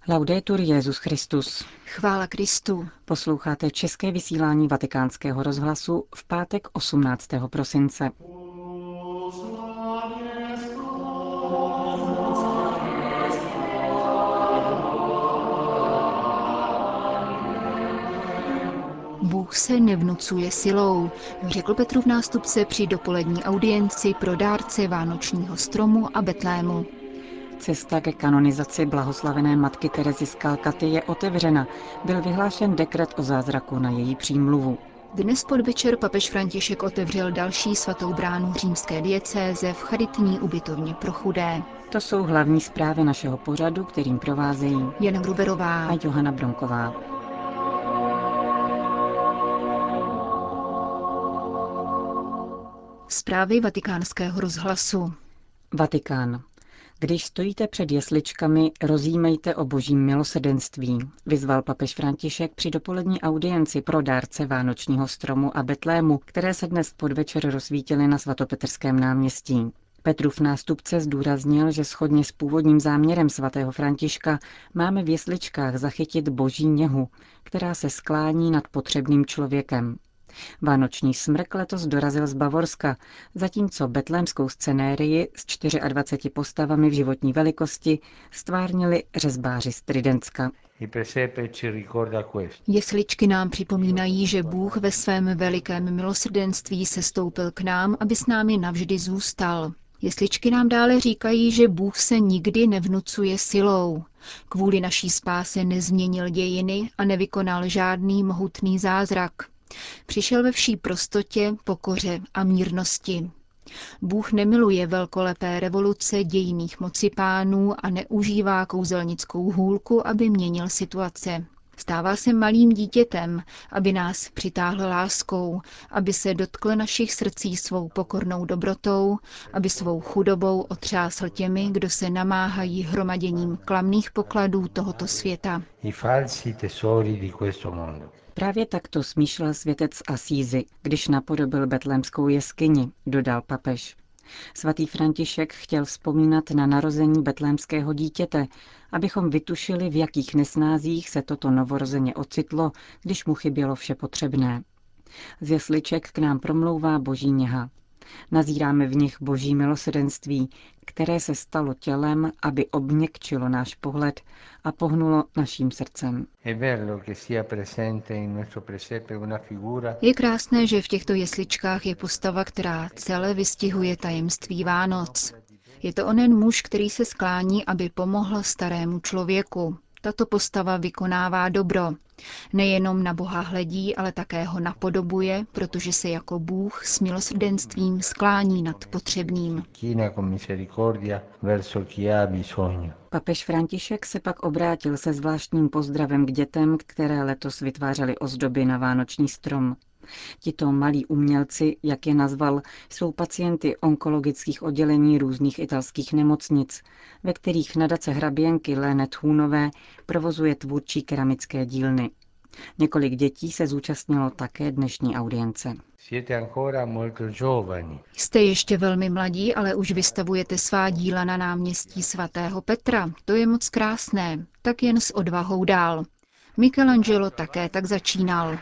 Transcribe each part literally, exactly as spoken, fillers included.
Laudetur Jesus Christus. Chvála Kristu. Posloucháte české vysílání Vatikánského rozhlasu v pátek osmnáctého prosince. Bůh se nevnucuje silou, řekl Petrův nástupce při dopolední audienci pro dárce vánočního stromu a Betlému. Cesta ke kanonizaci blahoslavené matky Terezy z Kalkaty je otevřena. Byl vyhlášen dekret o zázraku na její přímluvu. Dnes podvečer papež František otevřel další svatou bránu římské diecéze v charitní ubytovně pro chudé. To jsou hlavní zprávy našeho pořadu, kterým provázejí Jana Gruberová a Johana Bronková. Zprávy Vatikánského rozhlasu. Vatikán. Když stojíte před jesličkami, rozjímejte o božím milosrdenství, vyzval papež František při dopolední audienci pro dárce vánočního stromu a Betlému, které se dnes podvečer rozsvítily na svatopetrském náměstí. Petrův nástupce zdůraznil, že shodně s původním záměrem svatého Františka máme v jesličkách zachytit boží něhu, která se sklání nad potřebným člověkem. Vánoční smrk letos dorazil z Bavorska, zatímco betlémskou scenérii s dvaceti čtyřmi postavami v životní velikosti stvárnili řezbáři z Tridentska. Jesličky nám připomínají, že Bůh ve svém velikém milosrdenství sestoupil k nám, aby s námi navždy zůstal. Jesličky nám dále říkají, že Bůh se nikdy nevnucuje silou. Kvůli naší spáse nezměnil dějiny a nevykonal žádný mohutný zázrak. Přišel ve vší prostotě, pokoře a mírnosti. Bůh nemiluje velkolepé revoluce dějinných mocipánů a neužívá kouzelnickou hůlku, aby měnil situace. Stává se malým dítětem, aby nás přitáhl láskou, aby se dotkl našich srdcí svou pokornou dobrotou, aby svou chudobou otřásl těmi, kdo se namáhají hromaděním klamných pokladů tohoto světa. Právě takto smýšlel světec z Asízy, když napodobil betlémskou jeskyni, dodal papež. Svatý František chtěl vzpomínat na narození betlémského dítěte, abychom vytušili, v jakých nesnázích se toto novorozeně ocitlo, když mu chybělo vše potřebné. Z jesliček k nám promlouvá boží něha. Nazíráme v nich boží milosrdenství, které se stalo tělem, aby obměkčilo náš pohled a pohnulo naším srdcem. Je krásné, že v těchto jesličkách je postava, která celé vystihuje tajemství Vánoc. Je to onen muž, který se sklání, aby pomohl starému člověku. Tato postava vykonává dobro. Nejenom na Boha hledí, ale také ho napodobuje, protože se jako Bůh s milosrdenstvím sklání nad potřebným. Papež František se pak obrátil se zvláštním pozdravem k dětem, které letos vytvářely ozdoby na vánoční strom. Tito malí umělci, jak je nazval, jsou pacienty onkologických oddělení různých italských nemocnic, ve kterých nadace hraběnky Léne Thunové provozuje tvůrčí keramické dílny. Několik dětí se zúčastnilo také dnešní audience. Jste ještě velmi mladí, ale už vystavujete svá díla na náměstí svatého Petra. To je moc krásné. Tak jen s odvahou dál. Michelangelo také tak začínal.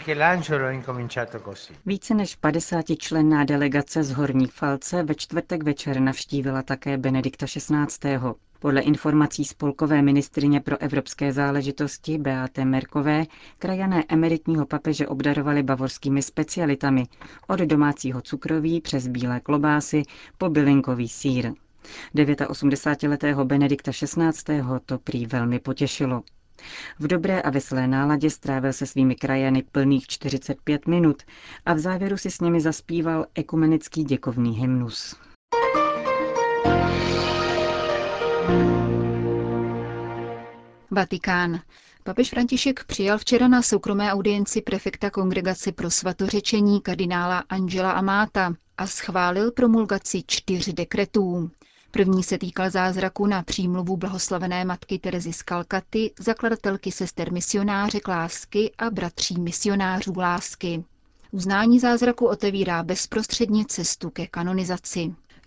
Více než padesátičlenná delegace z Horní Falce ve čtvrtek večer navštívila také Benedikta šestnáctého. Podle informací spolkové ministryně pro evropské záležitosti Beaty Merkové krajané emeritního papeže obdarovali bavorskými specialitami, od domácího cukroví přes bílé klobásy po bylinkový sýr. osmdesátidevítiletého Benedikta šestnáctého to prý velmi potěšilo. V dobré a veselé náladě strávil se svými krajany plných čtyřicet pět minut a v závěru si s nimi zaspíval ekumenický děkovný hymnus. Vatikán. Papež František přijal včera na soukromé audienci prefekta Kongregace pro svatořečení kardinála Angela Amata a schválil promulgaci čtyř dekretů. První se týkal zázraku na přímluvu blahoslavené matky Terezy z Kalkaty, zakladatelky sester misionářek lásky a bratří misionářů lásky. Uznání zázraku otevírá bezprostředně cestu ke kanonizaci.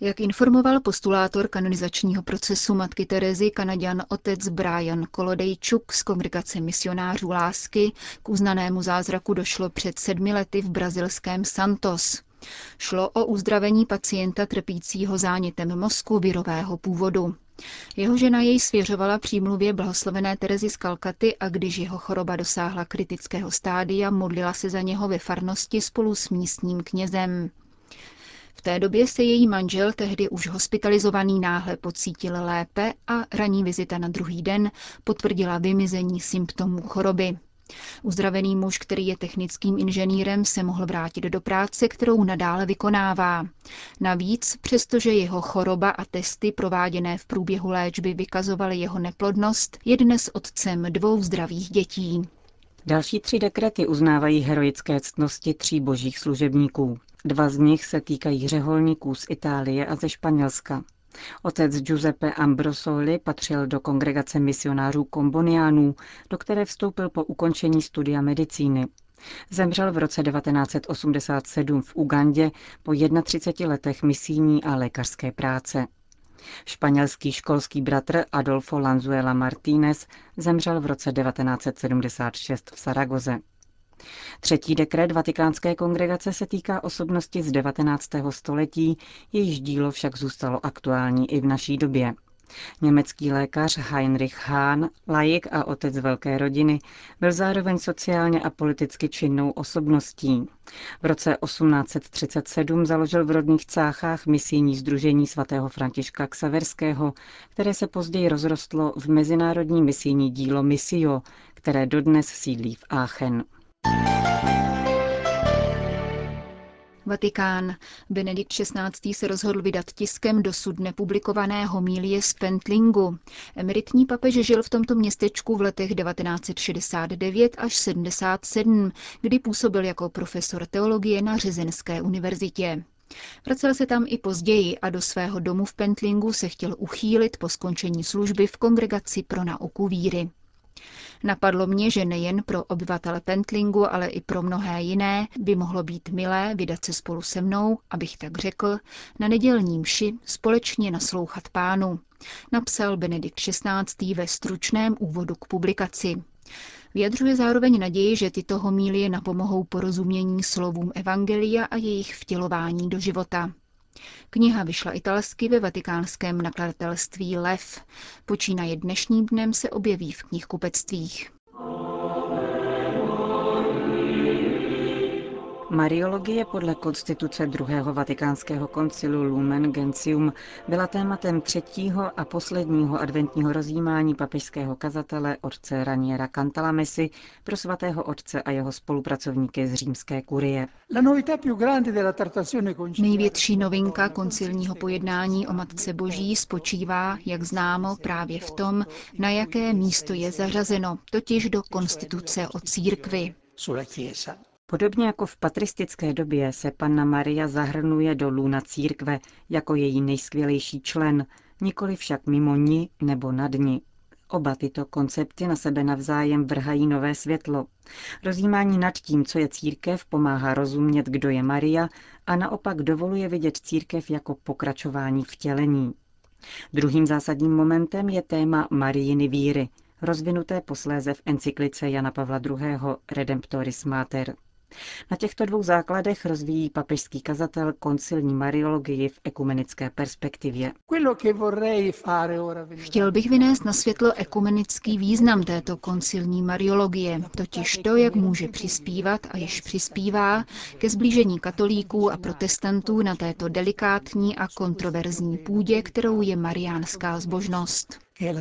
Jak informoval postulátor kanonizačního procesu matky Terezy, Kanaďan otec Brian Kolodejčuk z Kongregace misionářů lásky, k uznanému zázraku došlo před sedmi lety v brazilském Santos. Šlo o uzdravení pacienta trpícího zánětem mozku virového původu. Jeho žena jej svěřovala přímluvě blahoslavené Terezy z Kalkaty a když jeho choroba dosáhla kritického stádia, modlila se za něho ve farnosti spolu s místním knězem. V té době se její manžel, tehdy už hospitalizovaný, náhle pocítil lépe a ranní vizita na druhý den potvrdila vymizení symptomů choroby. Uzdravený muž, který je technickým inženýrem, se mohl vrátit do práce, kterou nadále vykonává. Navíc, přestože jeho choroba a testy prováděné v průběhu léčby vykazovaly jeho neplodnost, je dnes otcem dvou zdravých dětí. Další tři dekrety uznávají heroické ctnosti tří božích služebníků. Dva z nich se týkají řeholníků z Itálie a ze Španělska. Otec Giuseppe Ambrosoli patřil do kongregace misionářů komboniánů, do které vstoupil po ukončení studia medicíny. Zemřel v roce devatenáct set osmdesát sedm v Ugandě po třiceti jednoho letech misijní a lékařské práce. Španělský školský bratr Adolfo Lanzuela Martínez zemřel v roce devatenáct set sedmdesát šest v Saragoze. Třetí dekret Vatikánské kongregace se týká osobnosti z devatenáctého století, jejíž dílo však zůstalo aktuální i v naší době. Německý lékař Heinrich Hahn, laik a otec velké rodiny, byl zároveň sociálně a politicky činnou osobností. V roce osmnáct set třicet sedm založil v rodných Cáchách misijní sdružení svatého Františka Xaverského, které se později rozrostlo v mezinárodní misijní dílo Missio, které dodnes sídlí v Aachen. Vatikán. Benedikt šestnáctý. Se rozhodl vydat tiskem dosud nepublikované homilie z Pentlingu. Emeritní papež žil v tomto městečku v letech devatenáct set šedesát devět až sedmdesát sedm, kdy působil jako profesor teologie na Řezenské univerzitě. Vracel se tam i později a do svého domu v Pentlingu se chtěl uchýlit po skončení služby v Kongregaci pro nauku víry. Napadlo mě, že nejen pro obyvatele Pentlingu, ale i pro mnohé jiné by mohlo být milé vydat se spolu se mnou, abych tak řekl, na nedělní mši společně naslouchat Pánu, napsal Benedikt šestnáctý. Ve stručném úvodu k publikaci. Vyjadřuje zároveň naději, že tyto homilie napomohou porozumění slovům evangelia a jejich vtělování do života. Kniha vyšla italsky ve vatikánském nakladatelství Lev. Počínaje dnešním dnem se objeví v knihkupectvích. Mariologie podle konstituce druhého vatikánského koncilu Lumen Gentium byla tématem třetího a posledního adventního rozjímání papežského kazatele otce Raniera Cantalamessy pro svatého otce a jeho spolupracovníky z římské kurie. Největší novinka koncilního pojednání o Matce Boží spočívá, jak známo, právě v tom, na jaké místo je zařazeno, totiž do konstituce o církvi. Podobně jako v patristické době se Panna Maria zahrnuje do lůna církve jako její nejskvělejší člen, nikoli však mimo ní nebo nad ní. Oba tyto koncepty na sebe navzájem vrhají nové světlo. Rozjímání nad tím, co je církev, pomáhá rozumět, kdo je Maria, a naopak dovoluje vidět církev jako pokračování vtělení. Druhým zásadním momentem je téma Marijiny víry, rozvinuté posléze v encyklice Jana Pavla druhého. Redemptoris Mater. Na těchto dvou základech rozvíjí papežský kazatel koncilní mariologii v ekumenické perspektivě. Chtěl bych vynést na světlo ekumenický význam této koncilní mariologie, totiž to, jak může přispívat a již přispívá ke sblížení katolíků a protestantů na této delikátní a kontroverzní půdě, kterou je mariánská zbožnost.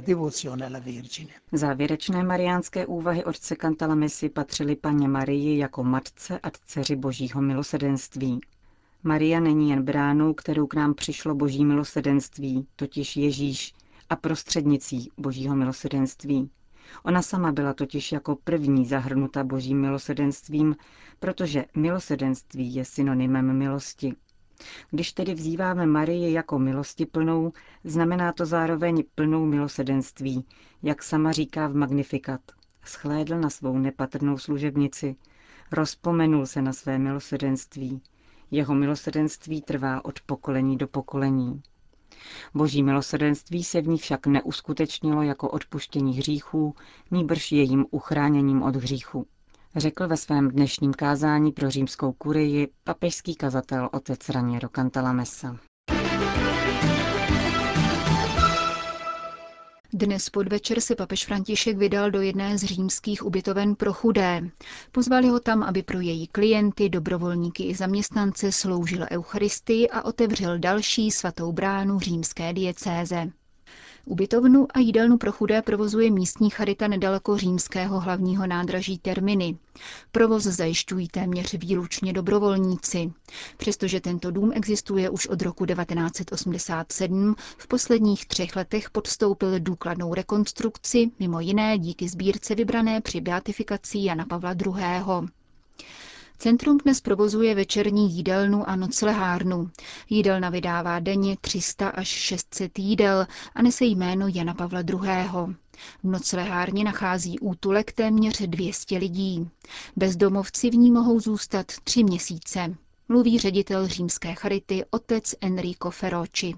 Závěrečné mariánské úvahy otce Cantalamessy patřily Panně Marii jako matce a dceři božího milosedenství. Maria není jen bránou, kterou k nám přišlo boží milosedenství, totiž Ježíš, a prostřednicí božího milosedenství. Ona sama byla totiž jako první zahrnuta božím milosedenstvím, protože milosedenství je synonymem milosti. Když tedy vzýváme Marii jako milostiplnou, znamená to zároveň plnou milosedenství, jak sama říká v Magnificat. Shlédl na svou nepatrnou služebnici, rozpomenul se na své milosedenství. Jeho milosrdenství trvá od pokolení do pokolení. Boží milosrdenství se v ní však neuskutečnilo jako odpuštění hříchů, nýbrž jejím uchráněním od hříchu, řekl ve svém dnešním kázání pro římskou kurii papežský kazatel otec Raniero Cantalamessa. Dnes podvečer se papež František vydal do jedné z římských ubytoven pro chudé. Pozvali ho tam, aby pro její klienty, dobrovolníky i zaměstnance sloužil eucharistii a otevřel další svatou bránu římské diecéze. Ubytovnu a jídelnu pro chudé provozuje místní charita nedaleko římského hlavního nádraží Termini. Provoz zajišťují téměř výlučně dobrovolníci. Přestože tento dům existuje už od roku devatenáct set osmdesát sedm, v posledních třech letech podstoupil důkladnou rekonstrukci, mimo jiné díky sbírce vybrané při beatifikaci Jana Pavla druhého. Centrum dnes provozuje večerní jídelnu a noclehárnu. Jídelna vydává denně tři sta až šest set jídel a nese jméno Jana Pavla druhého. V noclehárně nachází útulek téměř dvě stě lidí. Bezdomovci v ní mohou zůstat tři měsíce. Mluví ředitel římské charity otec Enrico Ferroci.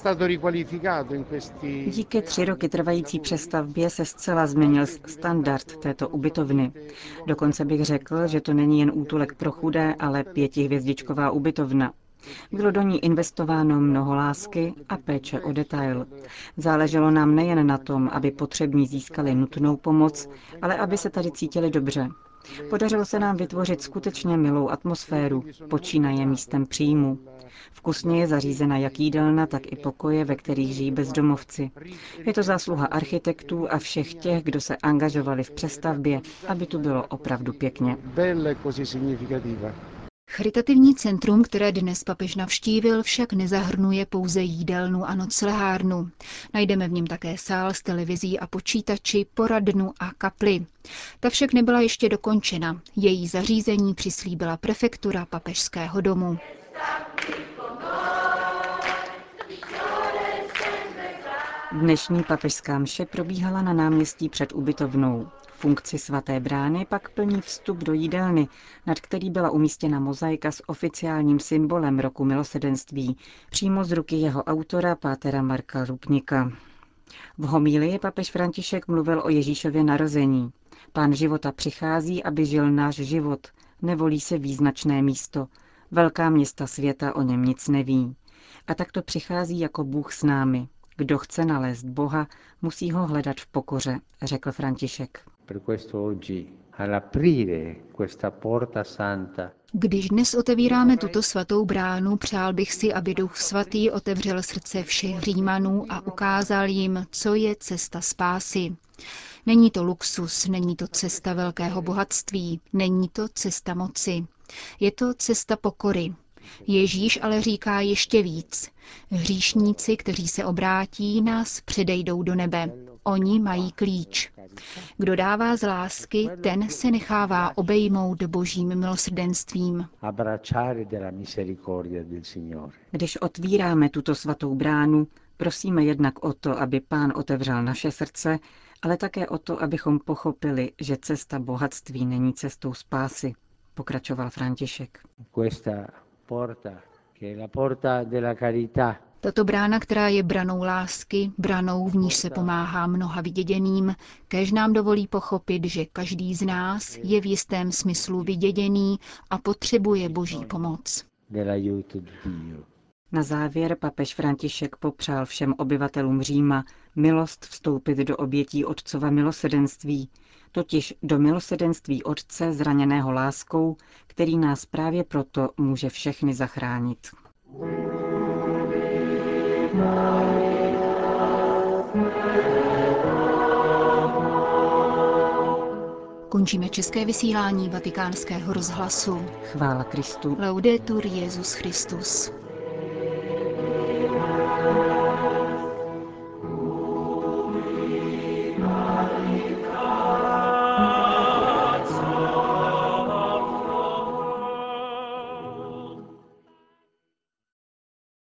Díky tři roky trvající přestavbě se zcela změnil standard této ubytovny. Dokonce bych řekl, že to není jen útulek pro chudé, ale pětihvězdičková ubytovna. Bylo do ní investováno mnoho lásky a péče o detail. Záleželo nám nejen na tom, aby potřební získali nutnou pomoc, ale aby se tady cítili dobře. Podařilo se nám vytvořit skutečně milou atmosféru, počínaje místem příjmu. Vkusně je zařízena jak jídelna, tak i pokoje, ve kterých žijí bezdomovci. Je to zásluha architektů a všech těch, kdo se angažovali v přestavbě, aby tu bylo opravdu pěkně. Charitativní centrum, které dnes papež navštívil, však nezahrnuje pouze jídelnu a noclehárnu. Najdeme v něm také sál s televizí a počítači, poradnu a kapli. Ta však nebyla ještě dokončena. Její zařízení přislíbila prefektura papežského domu. Dnešní papežská mše probíhala na náměstí před ubytovnou. Funkci svaté brány pak plní vstup do jídelny, nad který byla umístěna mozaika s oficiálním symbolem roku milosedenství, přímo z ruky jeho autora pátera Marka Rupnika. V homílii papež František mluvil o Ježíšově narození. Pán života přichází, aby žil náš život, nevolí se význačné místo. Velká města světa o něm nic neví. A tak to přichází jako Bůh s námi. Kdo chce nalézt Boha, musí ho hledat v pokoře, řekl František. Když dnes otevíráme tuto svatou bránu, přál bych si, aby Duch Svatý otevřel srdce všech Římanů a ukázal jim, co je cesta spásy. Není to luxus, není to cesta velkého bohatství, není to cesta moci. Je to cesta pokory. Ježíš ale říká ještě víc. Hříšníci, kteří se obrátí, nás předejdou do nebe. Oni mají klíč. Kdo dává z lásky, ten se nechává obejmout božím milosrdenstvím. Když otvíráme tuto svatou bránu, prosíme jednak o to, aby Pán otevřel naše srdce, ale také o to, abychom pochopili, že cesta bohatství není cestou spásy, pokračoval František. Tato brána, která je branou lásky, branou, v níž se pomáhá mnoha vyděděným, kéž nám dovolí pochopit, že každý z nás je v jistém smyslu vyděděný a potřebuje boží pomoc. Na závěr papež František popřál všem obyvatelům Říma milost vstoupit do obětí Otcova milosrdenství, totiž do milosrdenství Otce zraněného láskou, který nás právě proto může všechny zachránit. Končíme české vysílání Vatikánského rozhlasu. Chvála Kristu. Laudetur Jesus Christus.